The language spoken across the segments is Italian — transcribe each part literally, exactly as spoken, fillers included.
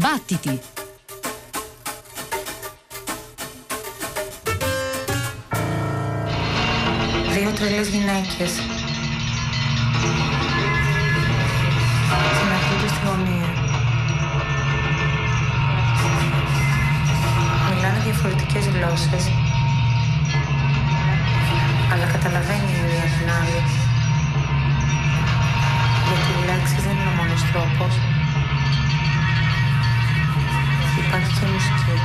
Battiti! Δύο τρελές γυναίκες στην αρχή του στη γωνία. Μιλάνε διαφορετικές γλώσσες, αλλά καταλαβαίνει η μία την άλλη. Γιατί οι λέξεις δεν είναι ο μόνος τρόπος. Υπάρχει και μουσική.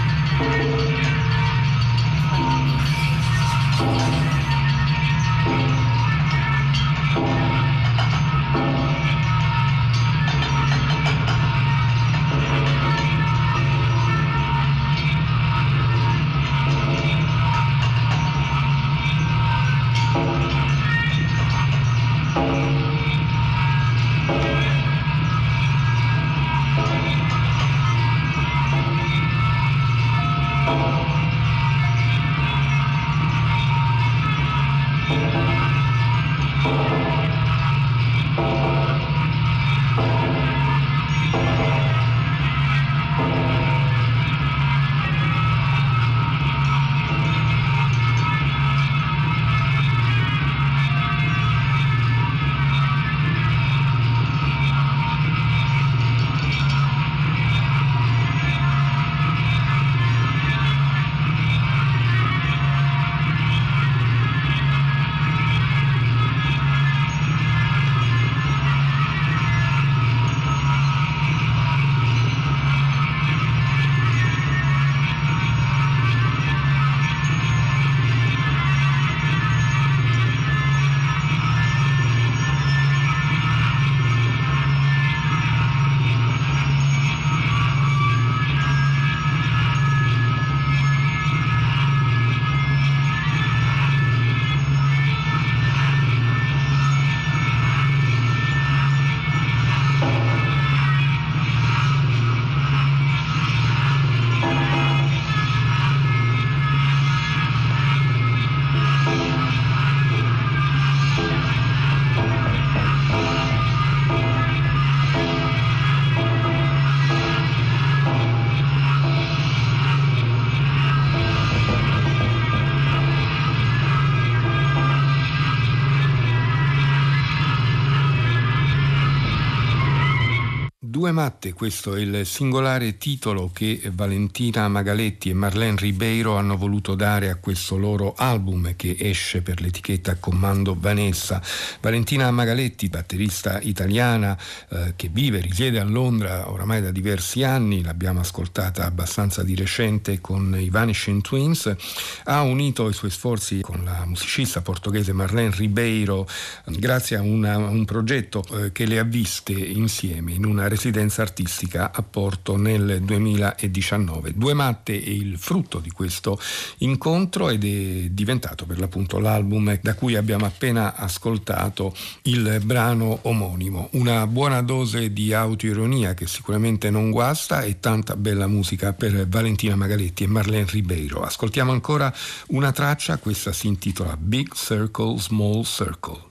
Due matte, questo è il singolare titolo che Valentina Magaletti e Marlene Ribeiro hanno voluto dare a questo loro album che esce per l'etichetta Comando Vanessa. Valentina Magaletti, batterista italiana eh, che vive, risiede a Londra oramai da diversi anni, l'abbiamo ascoltata abbastanza di recente con i Vanishing Twins, ha unito i suoi sforzi con la musicista portoghese Marlene Ribeiro grazie a, una, a un progetto eh, che le ha viste insieme in una residenza artistica a Porto nel duemiladiciannove. Due matte è il frutto di questo incontro ed è diventato per l'appunto l'album da cui abbiamo appena ascoltato il brano omonimo. Una buona dose di autoironia che sicuramente non guasta e tanta bella musica per Valentina Magaletti e Marlene Ribeiro. Ascoltiamo ancora una traccia, questa si intitola Big Circle, Small Circle.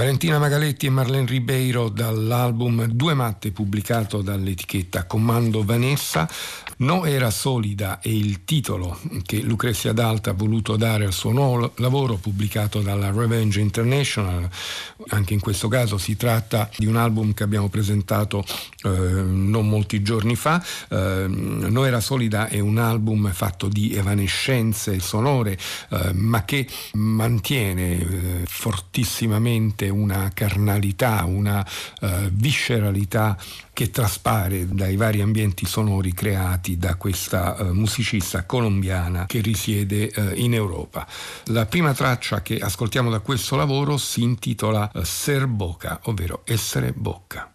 Valentina Magaletti e Marlene Ribeiro dall'album Due Matte pubblicato dall'etichetta Comando Vanessa. No era solida è il titolo che Lucrezia D'Alta ha voluto dare al suo nuovo lavoro pubblicato dalla Revenge International. Anche in questo caso si tratta di un album che abbiamo presentato eh, non molti giorni fa. Eh, No era solida è un album fatto di evanescenze sonore eh, ma che mantiene eh, fortissimamente una carnalità, una eh, visceralità che traspare dai vari ambienti sonori creati da questa uh, musicista colombiana che risiede uh, in Europa. La prima traccia che ascoltiamo da questo lavoro si intitola uh, Ser Boca, ovvero essere bocca.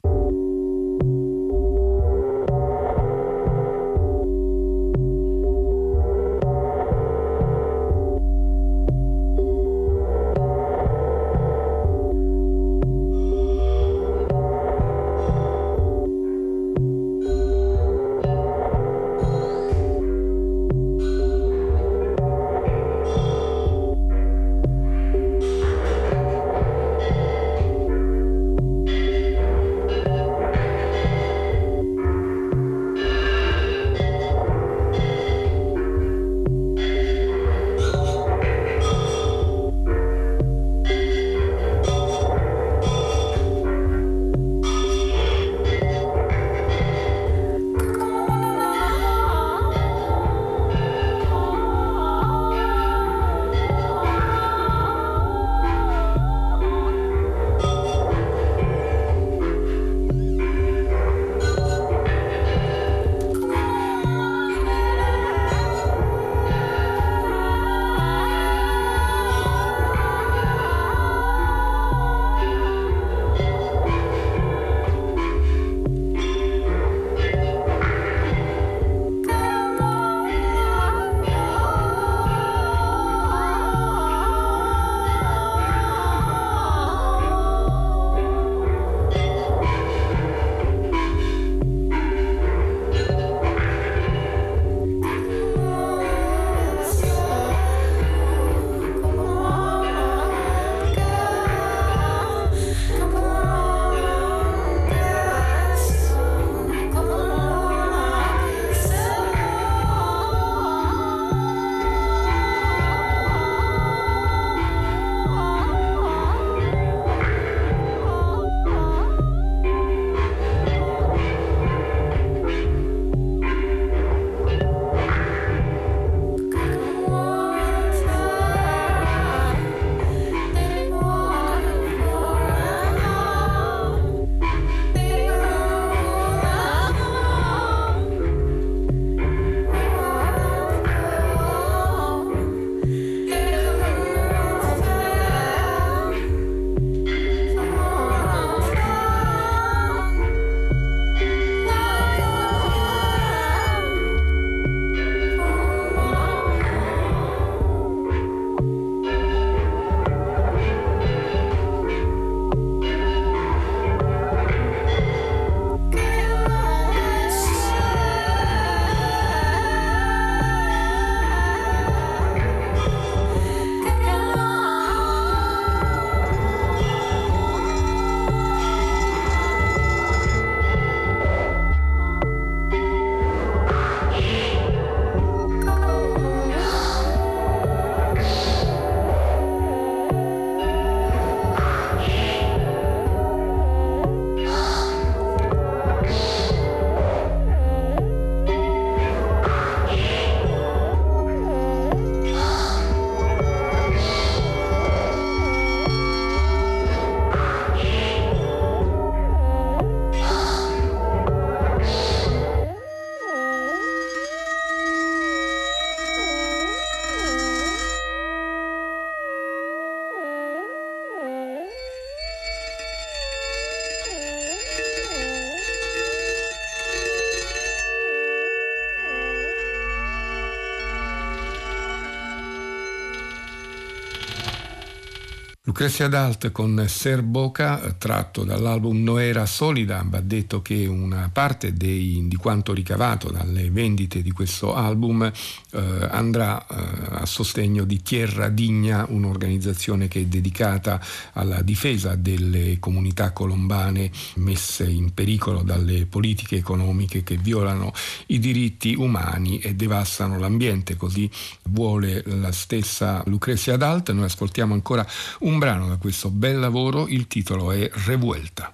Lucrezia Dalt con Ser Boca, tratto dall'album No Era Solida. Va detto che una parte dei, di quanto ricavato dalle vendite di questo album eh, andrà eh, a sostegno di Tierra Digna, un'organizzazione che è dedicata alla difesa delle comunità colombane messe in pericolo dalle politiche economiche che violano i diritti umani e devastano l'ambiente. Così vuole la stessa Lucrezia Dalt. Noi ascoltiamo ancora un Un brano da questo bel lavoro, il titolo è Revuelta.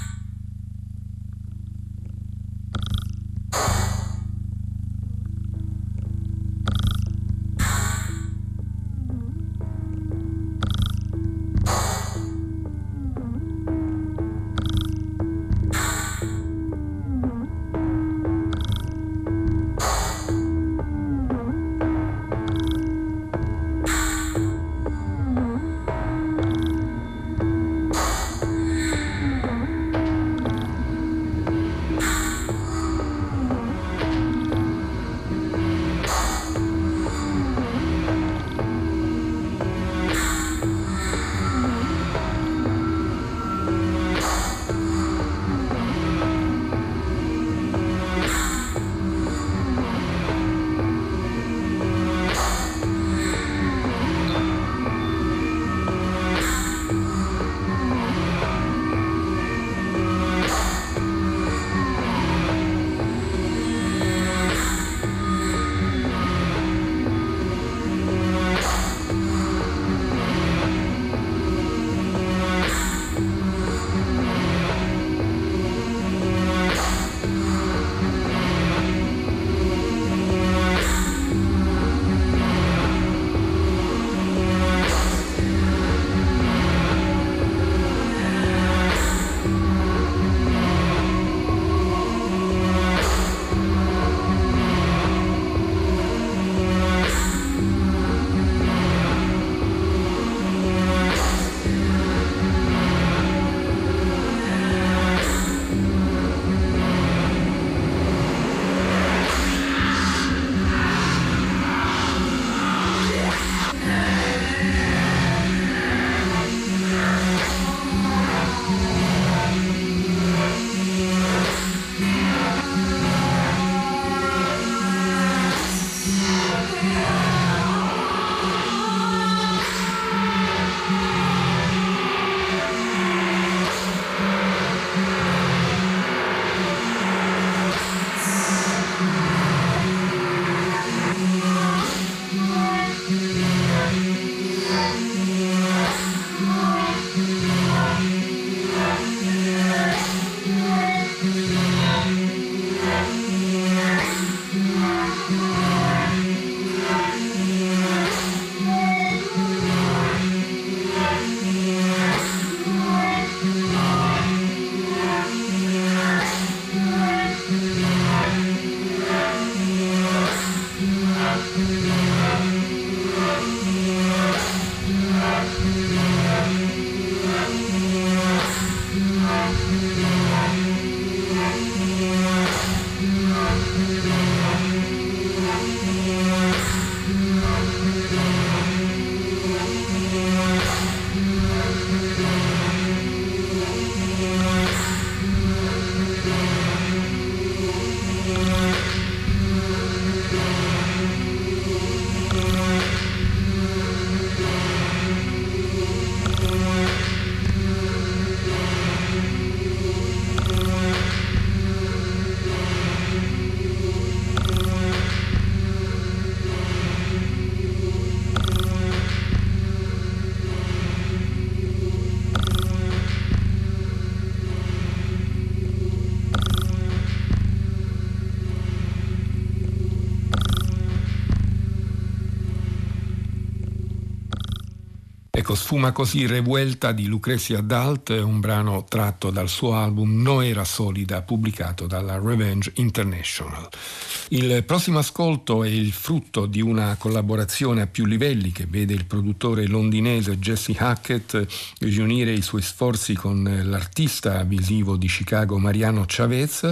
Ecco, sfuma così Revuelta di Lucrezia Dalt, un brano tratto dal suo album No Era Solida, pubblicato dalla Revenge International. Il prossimo ascolto è il frutto di una collaborazione a più livelli che vede il produttore londinese Jesse Hackett riunire i suoi sforzi con l'artista visivo di Chicago Mariano Chavez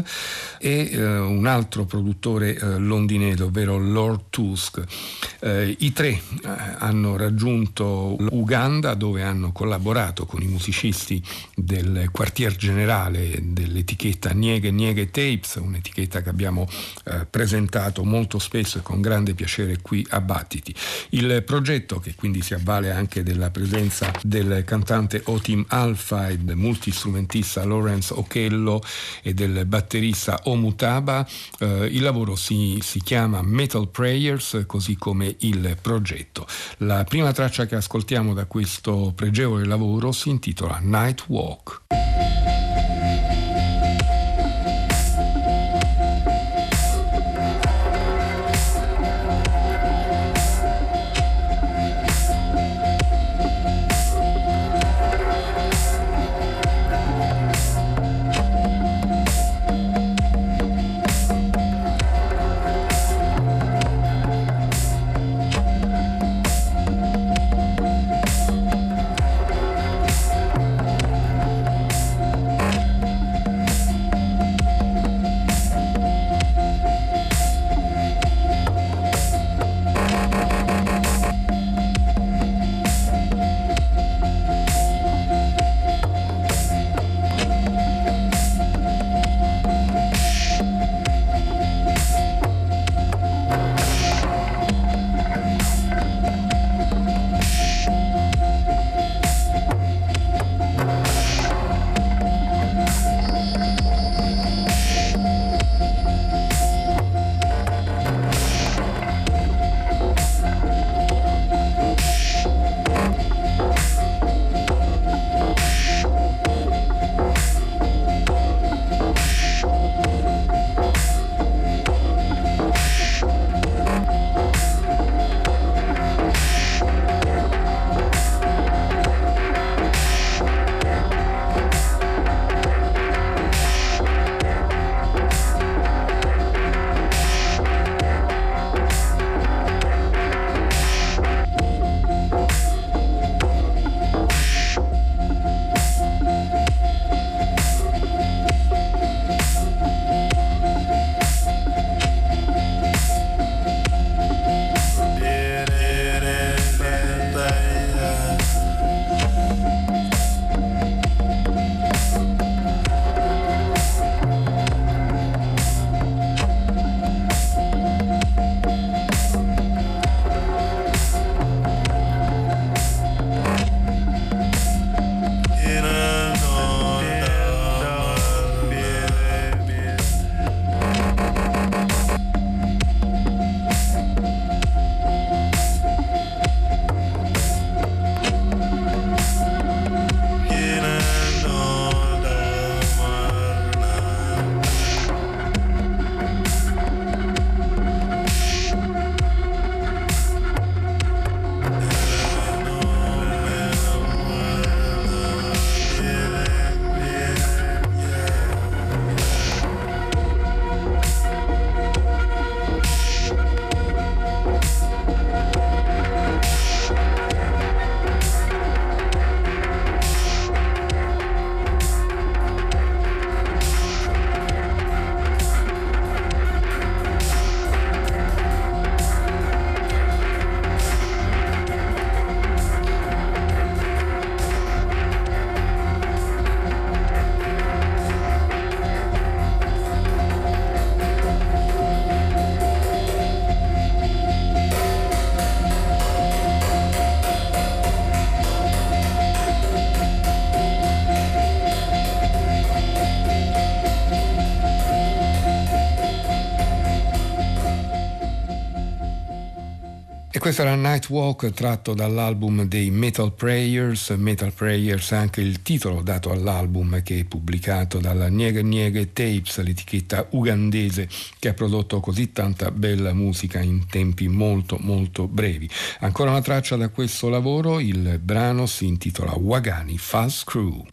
e eh, un altro produttore eh, londinese, ovvero Lord Tusk. Eh, I tre eh, hanno raggiunto Uganda Uganda, dove hanno collaborato con i musicisti del quartier generale dell'etichetta Nieghe Nieghe Tapes, un'etichetta che abbiamo eh, presentato molto spesso e con grande piacere qui a Battiti. Il progetto, che quindi si avvale anche della presenza del cantante Otim Alpha e del multistrumentista Lawrence Okello e del batterista Omutaba, eh, il lavoro si, si chiama Metal Prayers, così come il progetto. La prima traccia che ascoltiamo da questo pregevole lavoro si intitola Night Walk. Questo era Night Walk, tratto dall'album dei Metal Prayers. Metal Prayers è anche il titolo dato all'album, che è pubblicato dalla Nieghe Nieghe Tapes, l'etichetta ugandese che ha prodotto così tanta bella musica in tempi molto molto brevi. Ancora una traccia da questo lavoro, il brano si intitola Wagani Fuzz Crew.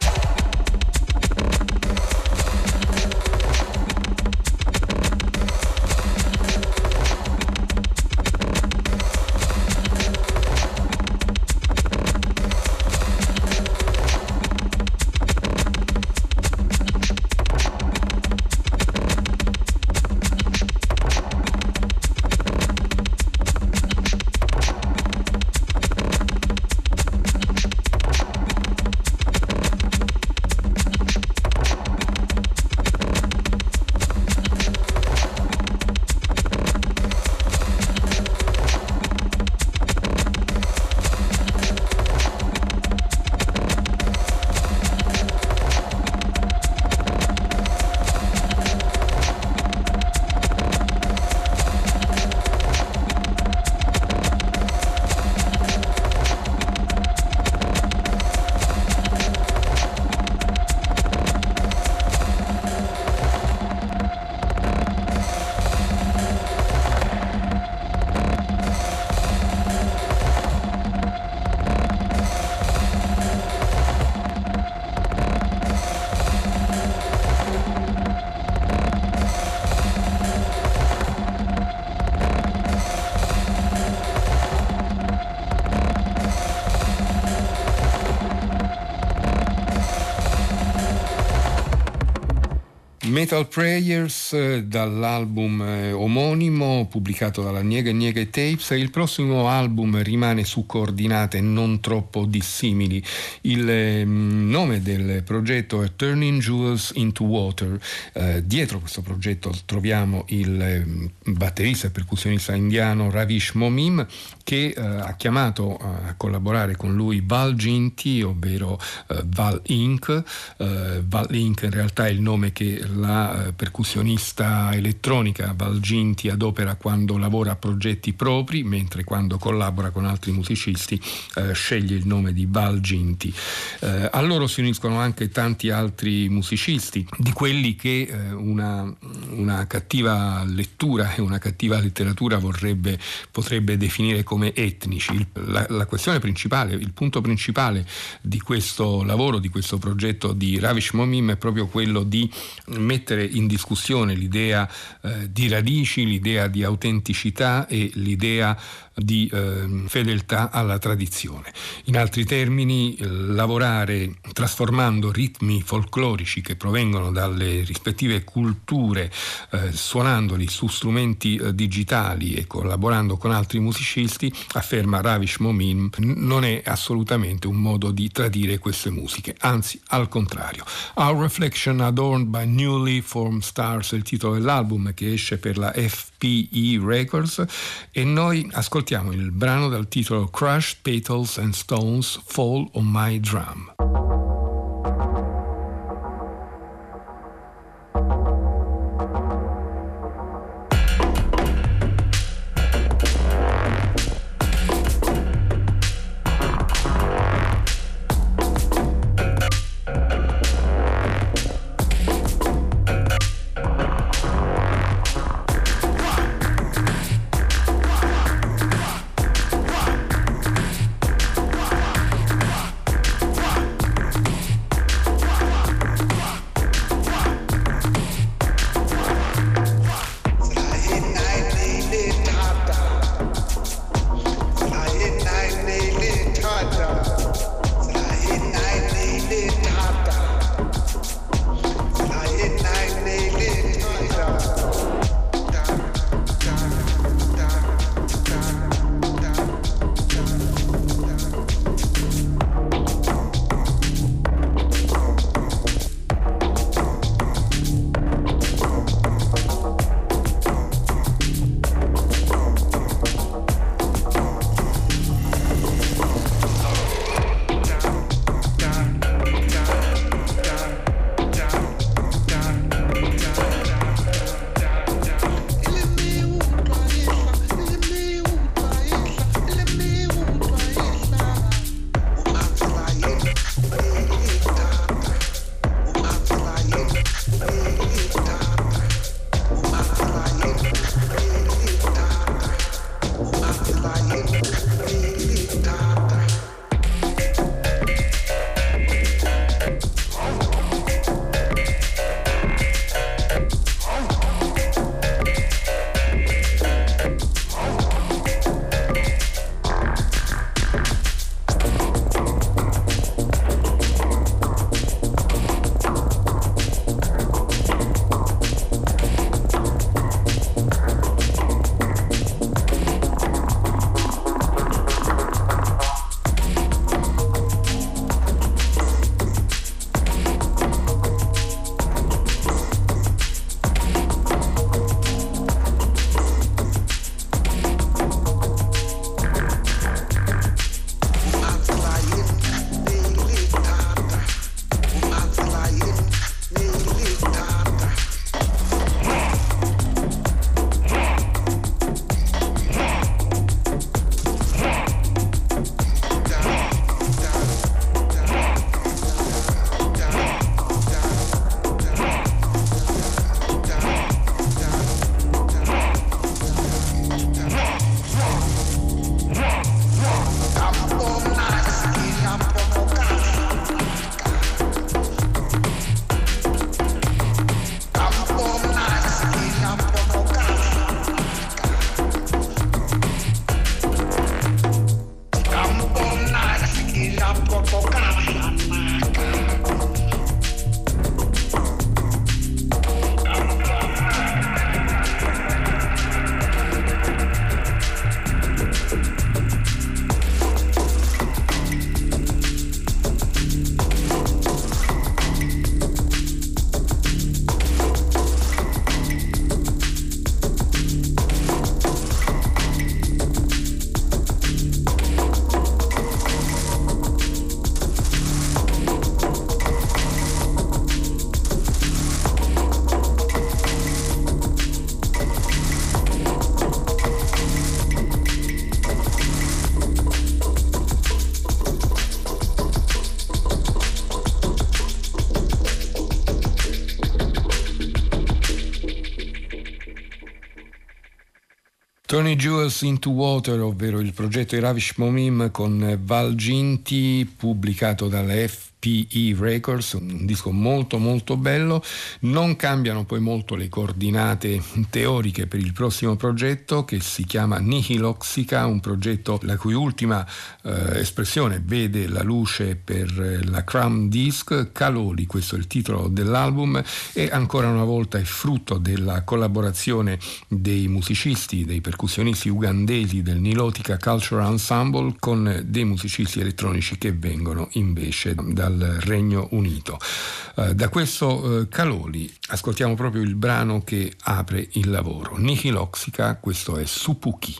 Metal Prayers eh, dall'album eh, omonimo pubblicato dalla Niega e Niega Tapes. Il prossimo album rimane su coordinate non troppo dissimili. Il eh, nome del progetto è Turning Jewels into Water. Eh, dietro questo progetto troviamo il eh, batterista e percussionista indiano Ravish Momim, che eh, ha chiamato eh, a collaborare con lui Val Ginty, ovvero eh, Val Incorporated. Eh, Val Incorporated in realtà è il nome che la eh, percussionista elettronica Val Ginty adopera quando lavora a progetti propri, mentre quando collabora con altri musicisti eh, sceglie il nome di Val Ginty. Eh, a loro si uniscono anche tanti altri musicisti, di quelli che eh, una, una cattiva lettura e una cattiva letteratura vorrebbe, potrebbe definire come etnici. Il, la, la questione principale, il punto principale di questo lavoro, di questo progetto di Ravish Momim è proprio quello di mettere in discussione l'idea eh, di radici, l'idea di autenticità e l'idea di eh, fedeltà alla tradizione. In altri termini, eh, lavorare trasformando ritmi folclorici che provengono dalle rispettive culture, eh, suonandoli su strumenti eh, digitali e collaborando con altri musicisti, afferma Ravish Momim, non è assolutamente un modo di tradire queste musiche, anzi al contrario. Our Reflection Adorned by Newly Formed Stars è il titolo dell'album che esce per la F P E Records, e noi ascoltiamo il brano dal titolo Crushed Petals and Stones Fall on My Drum. Turning Jewels into Water, ovvero il progetto Iravish Momim con Val Ginti, pubblicato dalla F P E Records, un disco molto molto bello. Non cambiano poi molto le coordinate teoriche per il prossimo progetto, che si chiama Nihiloxica, un progetto la cui ultima eh, espressione vede la luce per la Cram Disc. Caloli, questo è il titolo dell'album, e ancora una volta è frutto della collaborazione dei musicisti, dei percussionisti ugandesi del Nilotica Cultural Ensemble con dei musicisti elettronici che vengono invece dal Regno Unito. Eh, da questo eh, Caloli ascoltiamo proprio il brano che apre il lavoro, Nihiloxica, questo è Supuki.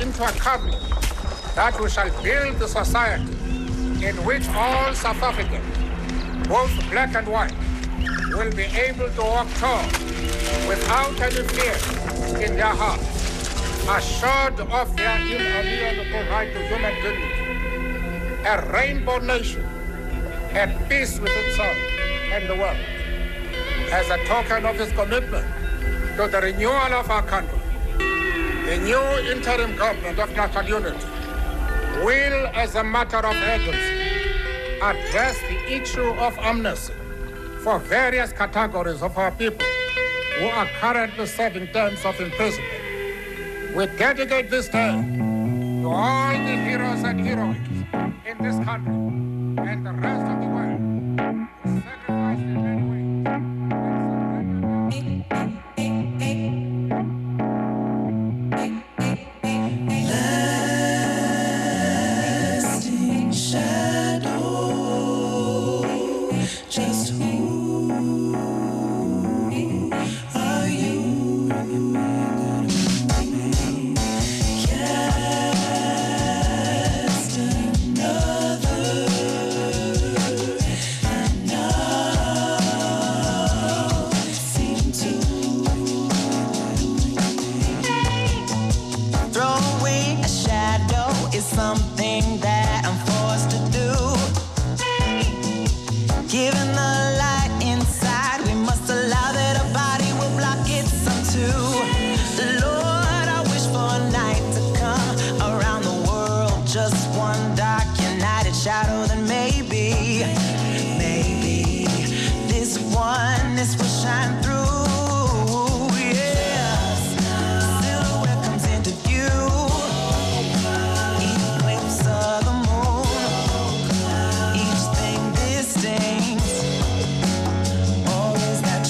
into a covenant that we shall build a society in which all South Africans, both black and white, will be able to walk tall without any fear in their hearts, assured of their inalienable right to human dignity, a rainbow nation at peace with itself and the world. As a token of his commitment to the renewal of our country, the new interim government of national unity will, as a matter of urgency, address the issue of amnesty for various categories of our people who are currently serving terms of imprisonment. We dedicate this term to all the heroes and heroines in this country and the rest of the world who sacrificed in many ways. Lasting shadow, just who are you? Cast another, and now seem to throwing a shadow is something that I'm forced to do. Given the light inside, we must allow that a body will block it some too. Lord, I wish for a night to come around the world, just one dark united shadow. Then maybe, maybe this oneness will shine through. Yes, silhouette comes into view. Eclipse of the moon, each thing distinct. Or is that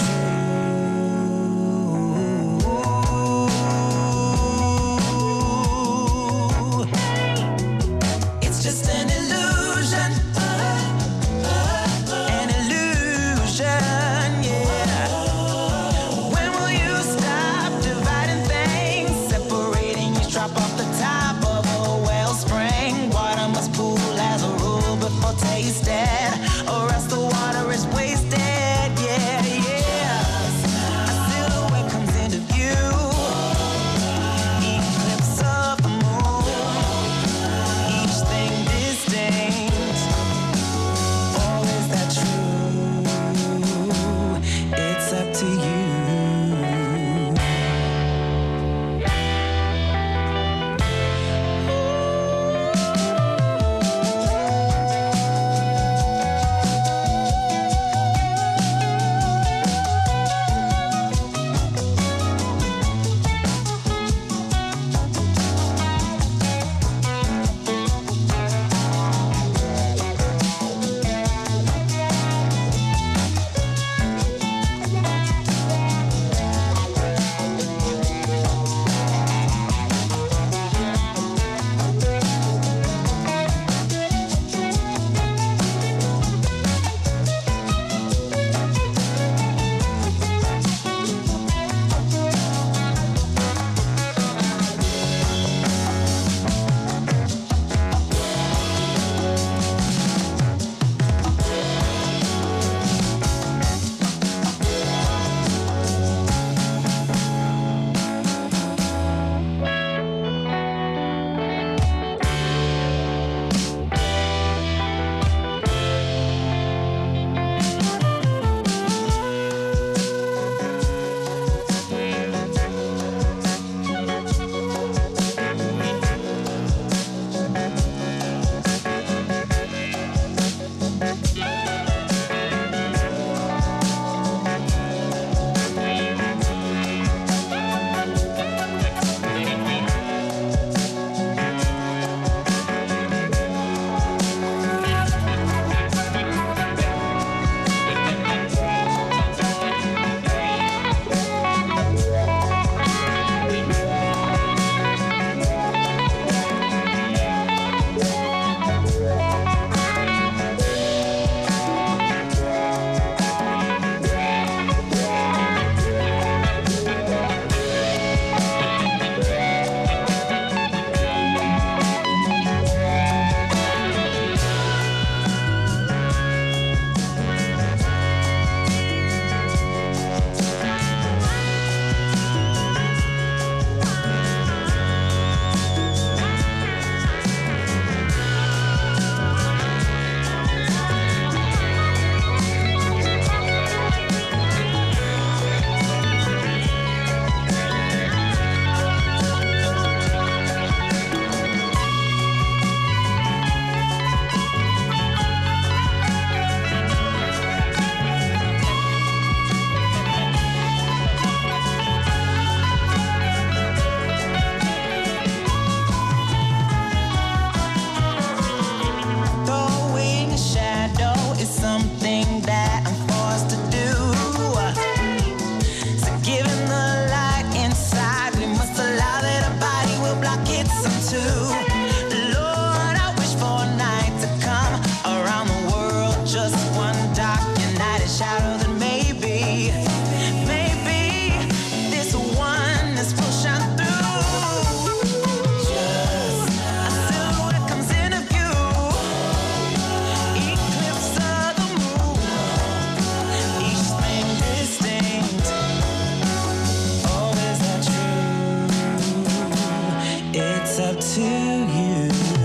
true? It's just an illusion. to you.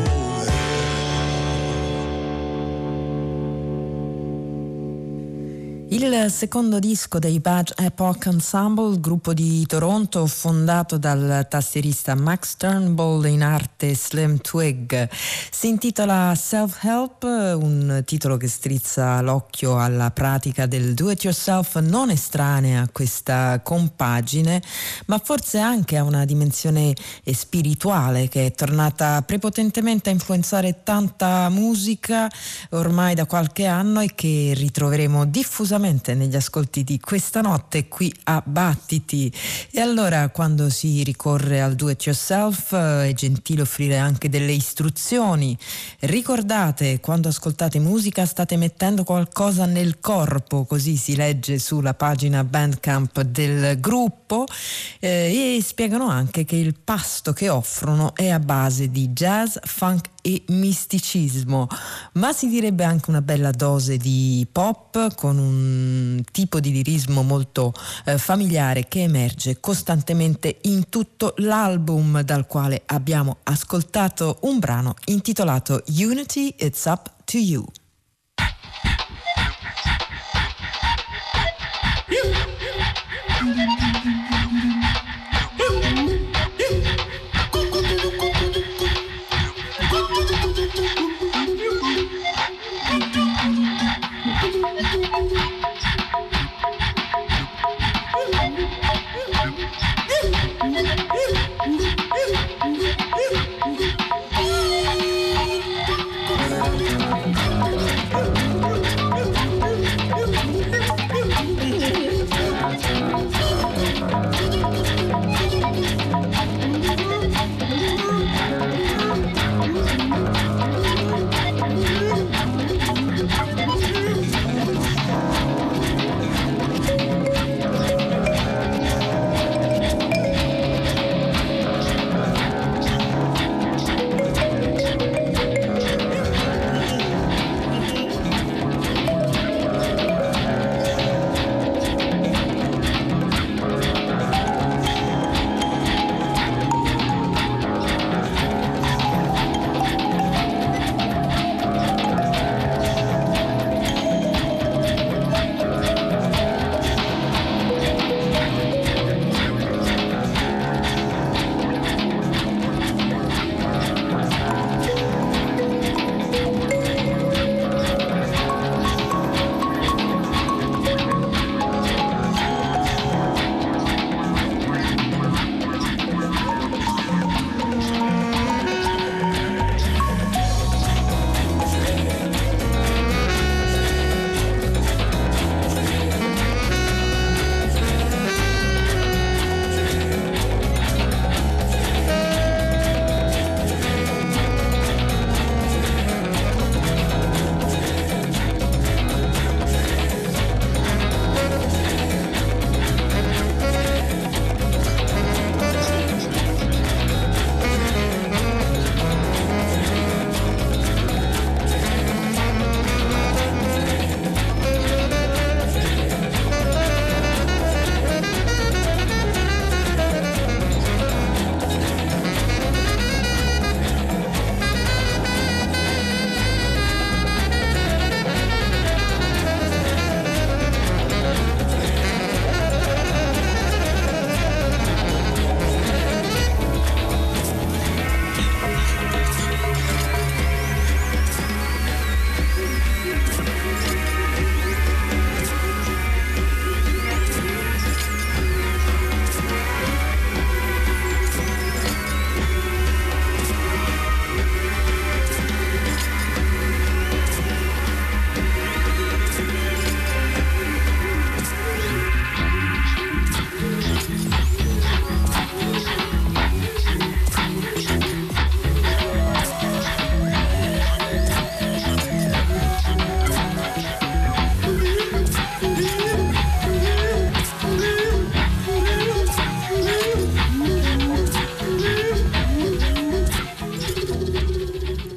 Il secondo disco dei Bad Epoch Ensemble, gruppo di Toronto fondato dal tastierista Max Turnbull, in arte Slim Twig, si intitola Self-Help, un titolo che strizza l'occhio alla pratica del do-it-yourself, non estranea a questa compagine, ma forse anche a una dimensione spirituale che è tornata prepotentemente a influenzare tanta musica ormai da qualche anno e che ritroveremo diffusamente negli ascolti di questa notte qui a Battiti. E allora, quando si ricorre al do it yourself, è gentile offrire anche delle istruzioni. Ricordate, quando ascoltate musica state mettendo qualcosa nel corpo, così si legge sulla pagina Bandcamp del gruppo, eh, e spiegano anche che il pasto che offrono è a base di jazz, funk e misticismo, ma si direbbe anche una bella dose di pop con un tipo di lirismo molto eh, familiare che emerge costantemente in tutto l'album, dal quale abbiamo ascoltato un brano intitolato Unity, It's Up to You.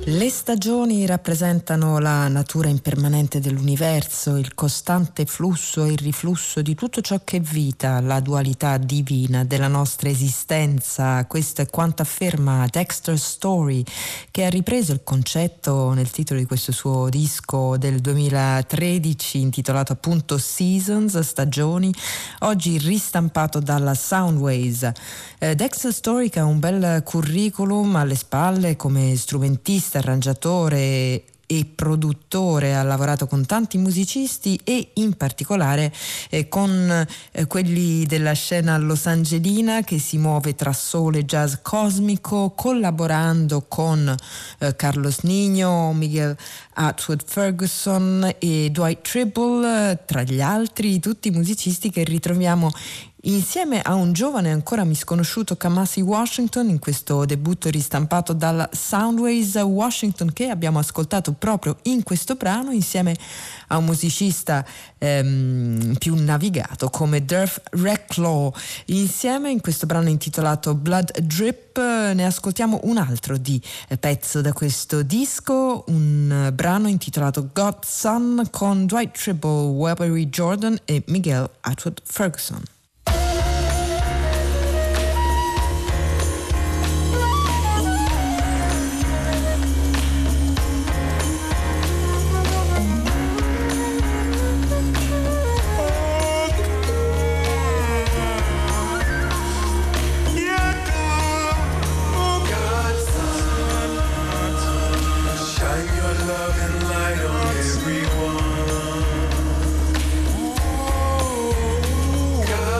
Le stagioni rappresentano la natura impermanente dell'universo, il costante flusso e il riflusso di tutto ciò che è vita, la dualità divina della nostra esistenza. Questo è quanto afferma Dexter Story, che ha ripreso il concetto nel titolo di questo suo disco del duemilatredici intitolato appunto Seasons, stagioni, oggi ristampato dalla Soundways. Eh, Dexter Story, che ha un bel curriculum alle spalle come strumentista, arrangiatore e produttore, ha lavorato con tanti musicisti e in particolare eh, con eh, quelli della scena losangelina, che si muove tra soul e jazz cosmico, collaborando con eh, Carlos Nino, Miguel Atwood Ferguson e Dwight Tribble, eh, tra gli altri tutti i musicisti che ritroviamo insieme a un giovane ancora misconosciuto Kamasi Washington in questo debutto ristampato dalla Soundways. Washington, che abbiamo ascoltato proprio in questo brano insieme a un musicista ehm, più navigato come Durf Reclaw. Insieme in questo brano intitolato Blood Drip ne ascoltiamo un altro di pezzo da questo disco, un brano intitolato Godson con Dwight Tribble, Weberly Jordan e Miguel Atwood Ferguson. God.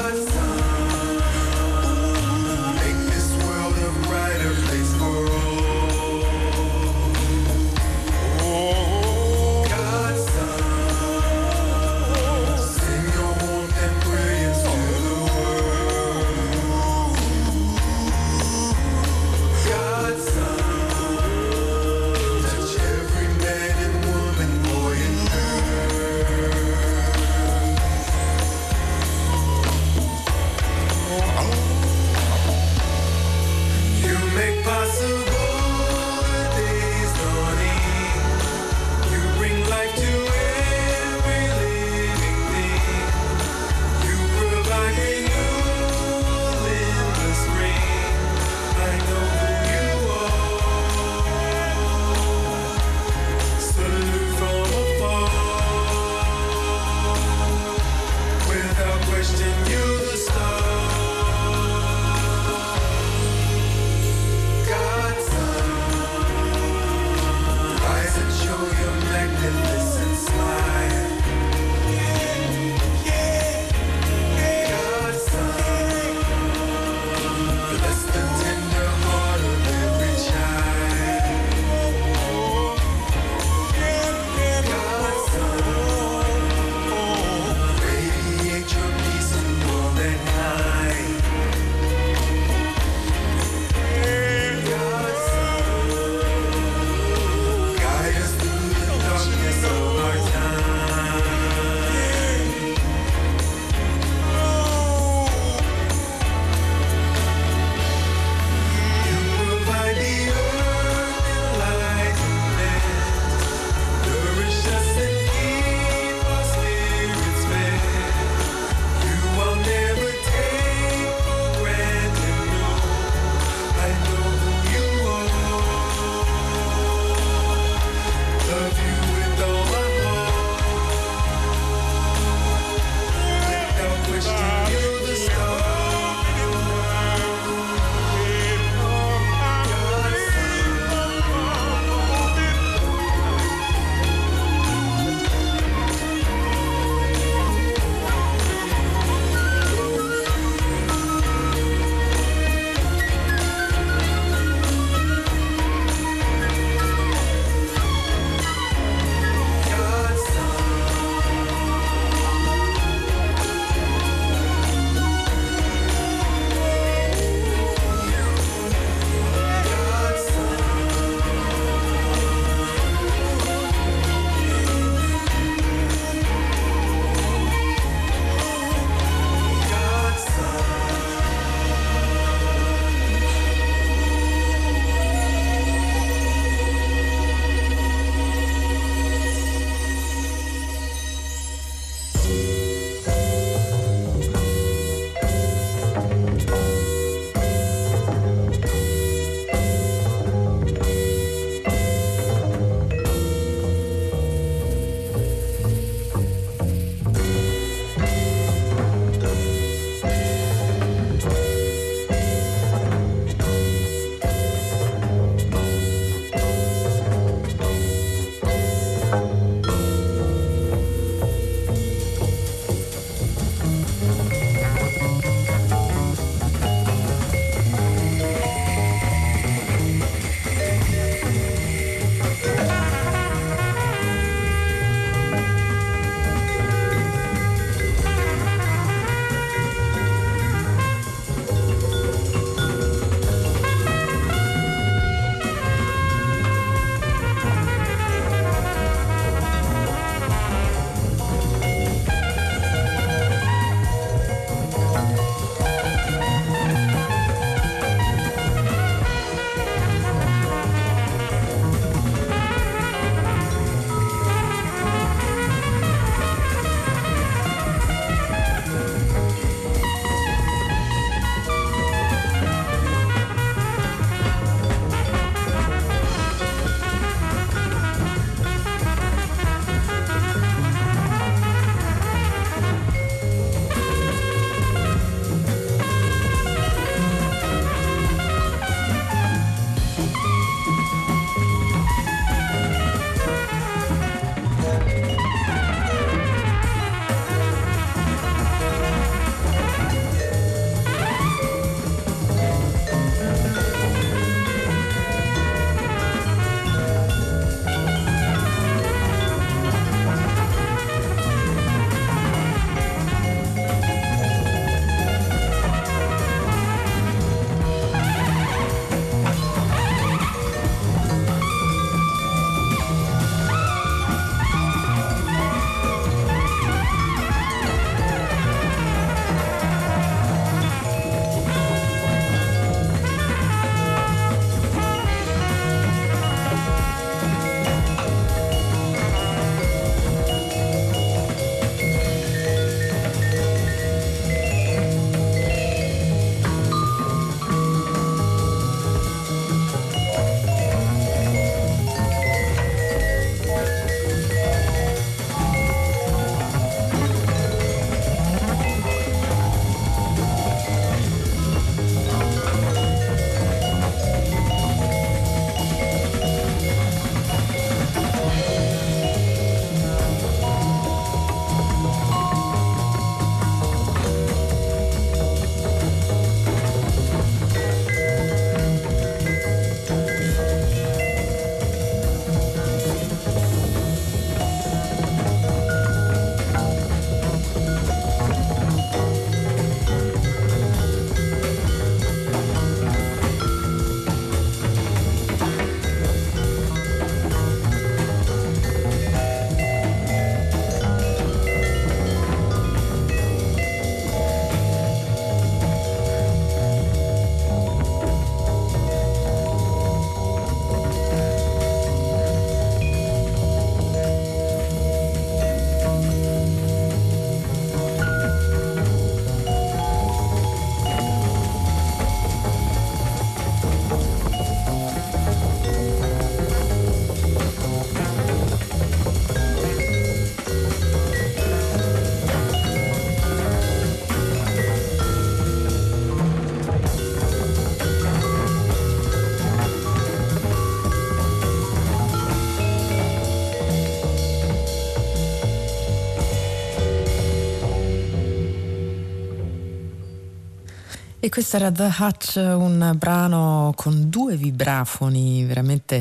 E questo era The Hutch, un brano con due vibrafoni, veramente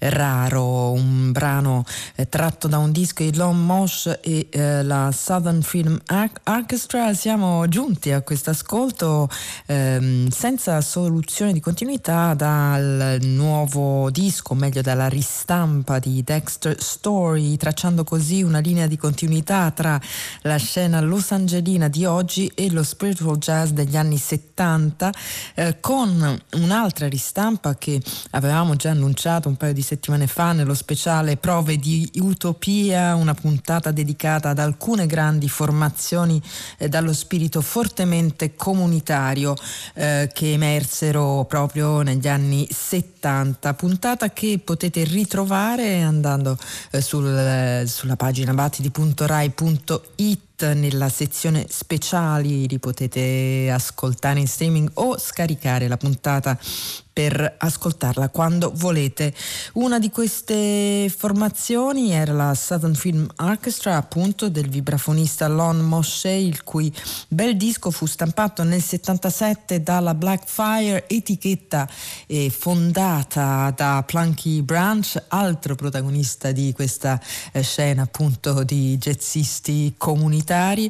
raro, un brano eh, tratto da un disco di Lon Mosh e eh, la Southern Freedom Orchestra. Siamo giunti a questo ascolto ehm, senza soluzione di continuità dal nuovo disco, o meglio dalla ristampa di Dexter Story, tracciando così una linea di continuità tra la scena losangelina di oggi e lo spiritual jazz degli anni settanta, eh, con un'altra ristampa che avevamo già annunciato un paio di settimane fa nello speciale Prove di Utopia, una puntata dedicata ad alcune grandi formazioni eh, dallo spirito fortemente comunitario eh, che emersero proprio negli anni settanta, puntata che potete ritrovare andando eh, sul, eh, sulla pagina battiti punto rai punto it. Nella sezione speciali li potete ascoltare in streaming o scaricare la puntata per ascoltarla quando volete. Una di queste formazioni era la Southern Freedom Orchestra, appunto, del vibrafonista Lon Moshe, il cui bel disco fu stampato nel settantasette dalla Blackfire, etichetta eh, fondata da Plunky Branch, altro protagonista di questa eh, scena appunto di jazzisti comunitari.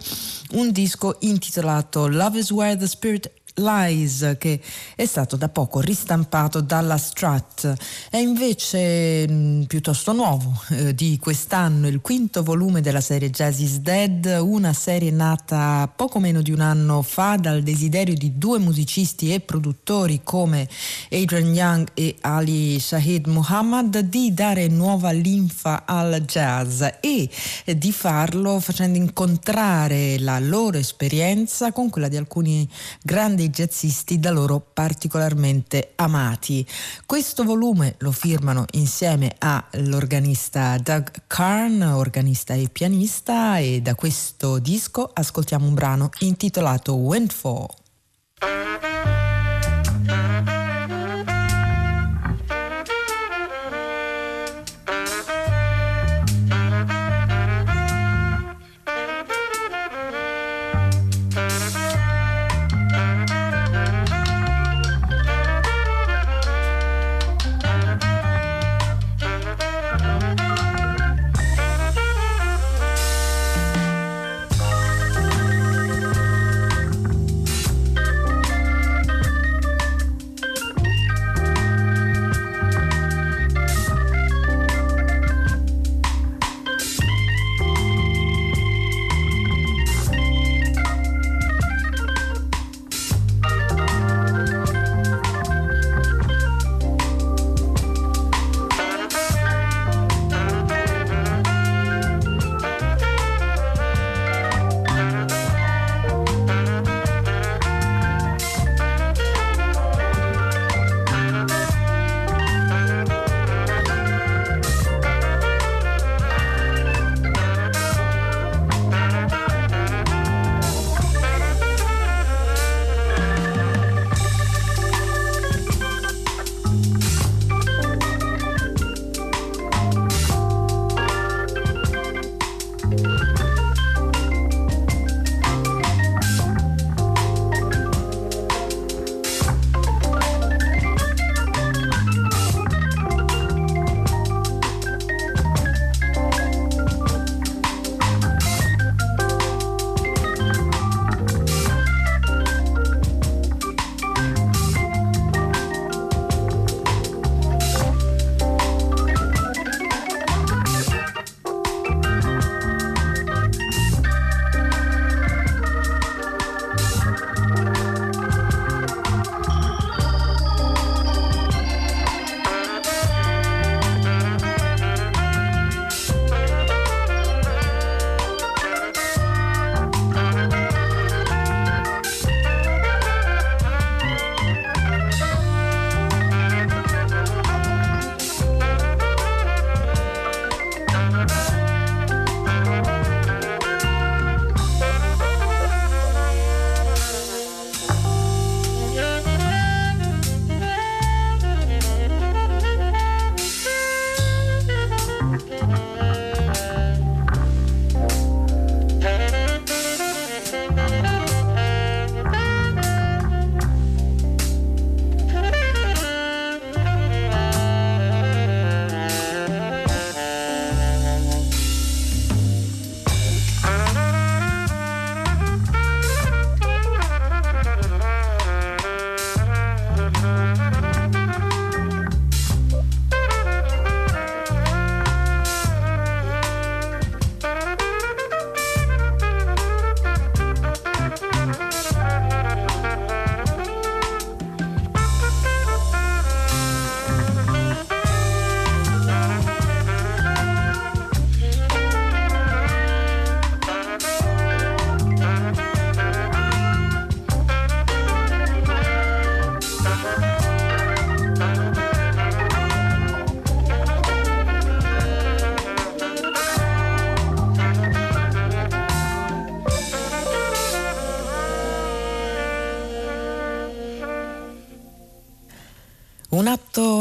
Un disco intitolato Love is Where the Spirit Lies, che è stato da poco ristampato dalla Strat. È invece mh, piuttosto nuovo, eh, di quest'anno, il quinto volume della serie Jazz is Dead, una serie nata poco meno di un anno fa dal desiderio di due musicisti e produttori come Adrian Young e Ali Shahid Muhammad di dare nuova linfa al jazz e eh, di farlo facendo incontrare la loro esperienza con quella di alcuni grandi jazzisti da loro particolarmente amati. Questo volume lo firmano insieme all'organista Doug Karn, organista e pianista, e da questo disco ascoltiamo un brano intitolato Windfall.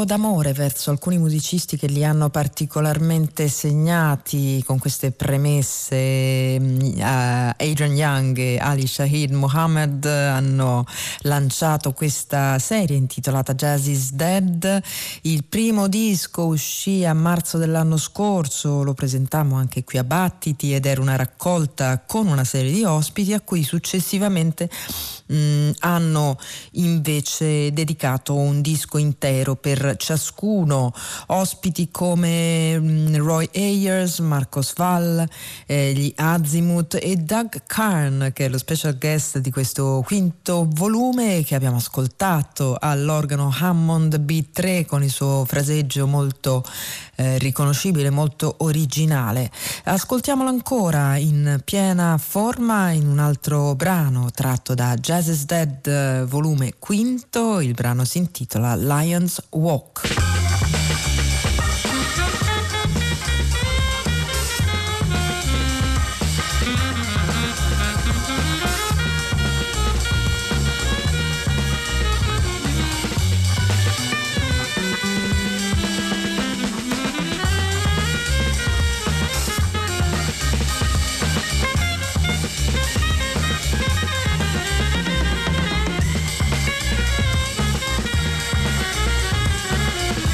canto d'amore verso alcuni musicisti che li hanno particolarmente segnati. Con queste premesse, uh, Adrian Young e Ali Shaheed Muhammad hanno lanciato questa serie intitolata Jazz is Dead. Il primo disco uscì a marzo dell'anno scorso, lo presentammo anche qui a Battiti ed era una raccolta con una serie di ospiti a cui successivamente mh, hanno invece dedicato un disco intero per ciascuno, ospiti come mh, Roy Ayers, Marcos Wall, eh, gli Azimuth e Doug Karn, che è lo special guest di questo quinto volume che abbiamo ascoltato all'organo Hammond B tre con il suo fraseggio molto eh, riconoscibile, molto originale. Ascoltiamolo ancora in piena forma in un altro brano tratto da Jazz is Dead volume quinto. Il brano si intitola Lion's Walk. Thank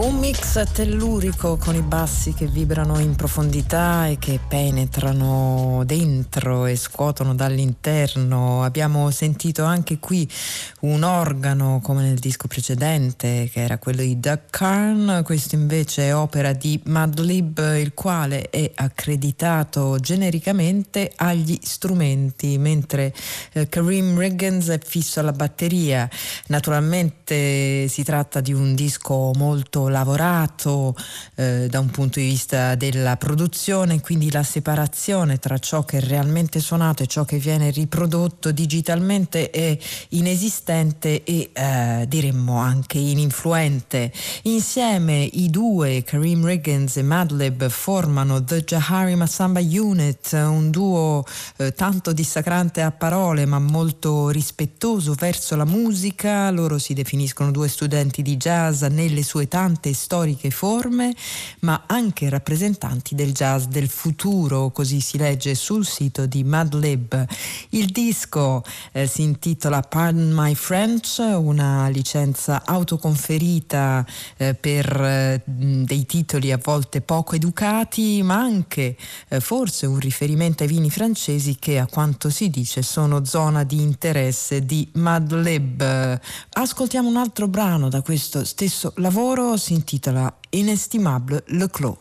Un mix tellurico con i bassi che vibrano in profondità e che penetrano dentro e scuotono dall'interno. Abbiamo sentito anche qui un organo come nel disco precedente, che era quello di Doug Carn. Questo invece è opera di Madlib, il quale è accreditato genericamente agli strumenti, mentre eh, Kareem Riggins è fisso alla batteria. Naturalmente si tratta di un disco molto lavorato eh, da un punto di vista della produzione, quindi la separazione tra ciò che è realmente suonato e ciò che viene riprodotto digitalmente è inesistente e eh, diremmo anche ininfluente. Insieme i due, Kareem Riggins e Madlib, formano The Jahari Massamba Unit, un duo eh, tanto dissacrante a parole ma molto rispettoso verso la musica. Loro si definiscono due studenti di jazz nelle sue tante storiche forme, ma anche rappresentanti del jazz del futuro, così si legge sul sito di Madlib. Il disco eh, si intitola Pardon My French, una licenza autoconferita eh, per eh, dei titoli a volte poco educati, ma anche eh, forse un riferimento ai vini francesi che, a quanto si dice, sono zona di interesse di Madlib. Ascoltiamo un altro brano da questo stesso lavoro, si intitola Inestimable Le Clos.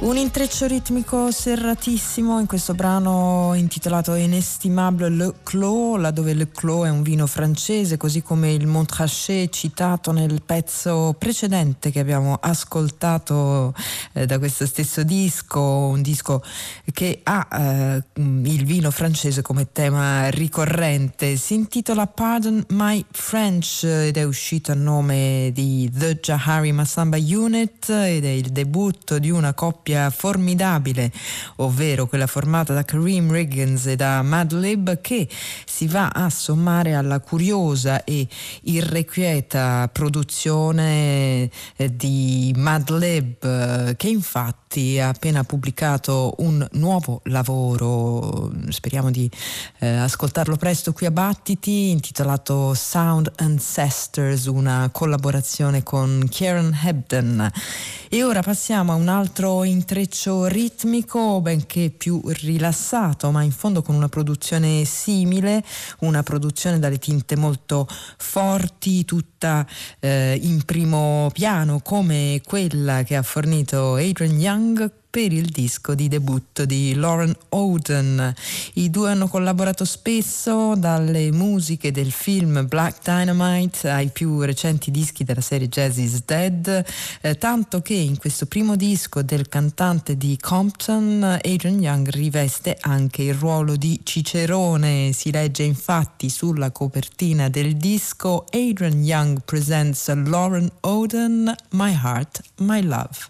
Un intreccio ritmico serratissimo in questo brano intitolato Inestimable Le Clos, laddove Le Clos è un vino francese, così come il Montrachet citato nel pezzo precedente che abbiamo ascoltato eh, da questo stesso disco, un disco che ha eh, il vino francese come tema ricorrente. Si intitola Pardon My French ed è uscito a nome di The Jahari Massamba Unit ed è il debutto di una coppia formidabile, ovvero quella formata da Kareem Riggins e da Madlib, che si va a sommare alla curiosa e irrequieta produzione di Madlib, che infatti ha appena pubblicato un nuovo lavoro, speriamo di eh, ascoltarlo presto qui a Battiti, intitolato Sound Ancestors, una collaborazione con Kieran Hebden. E ora passiamo a un altro intreccio ritmico, benché più rilassato, ma in fondo con una produzione simile, una produzione dalle tinte molto forti, tutta eh, in primo piano, come quella che ha fornito Adrian Young per il disco di debutto di Lauren Oden. I due hanno collaborato spesso, dalle musiche del film Black Dynamite ai più recenti dischi della serie Jazz is Dead, eh, tanto che in questo primo disco del cantante di Compton Adrian Young riveste anche il ruolo di cicerone. Si legge infatti sulla copertina del disco: Adrian Young presents Lauren Oden, My Heart, My Love.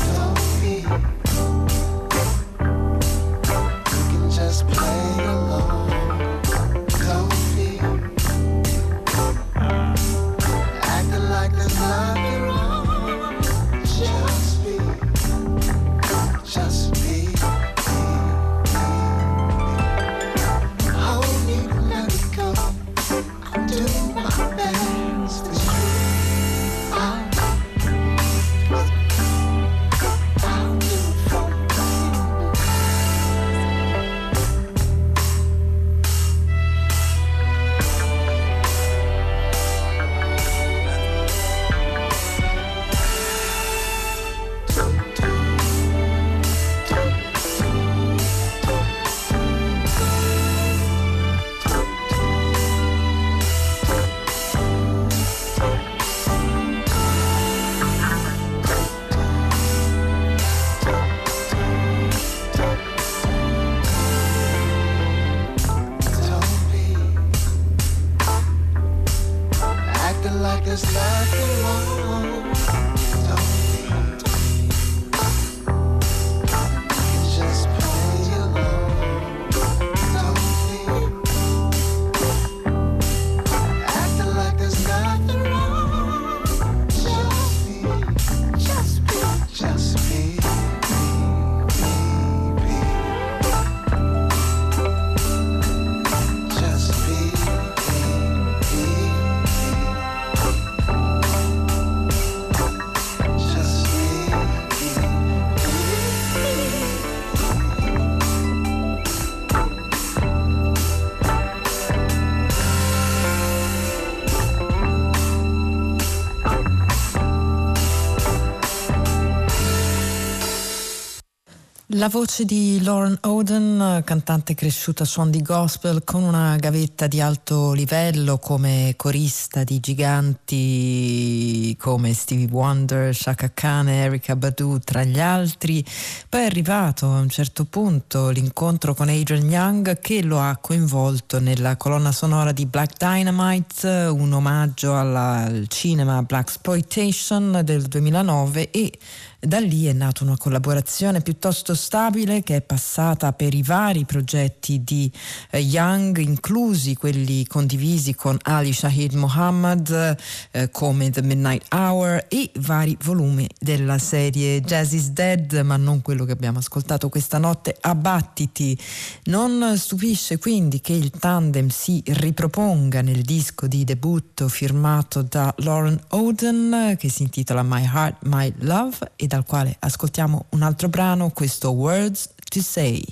Play along. La voce di Lauren Oden, cantante cresciuta a suon di gospel con una gavetta di alto livello come corista di giganti come Stevie Wonder, Chaka Khan e Erykah Badu tra gli altri. Poi è arrivato a un certo punto l'incontro con Adrian Young, che lo ha coinvolto nella colonna sonora di Black Dynamite, un omaggio alla, al cinema Blaxploitation del duemilanove, e da lì è nata una collaborazione piuttosto stabile che è passata per i vari progetti di eh, Young, inclusi quelli condivisi con Ali Shaheed Muhammad eh, come The Midnight Hour e vari volumi della serie Jazz is Dead, ma non quello che abbiamo ascoltato questa notte, Abbattiti. Non stupisce quindi che il tandem si riproponga nel disco di debutto firmato da Lauren Oden, che si intitola My Heart, My Love, e dal quale ascoltiamo un altro brano, questo Words to Say.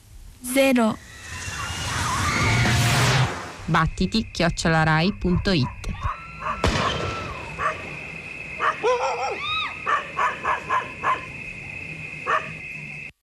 battiti chiocciola rai punto it.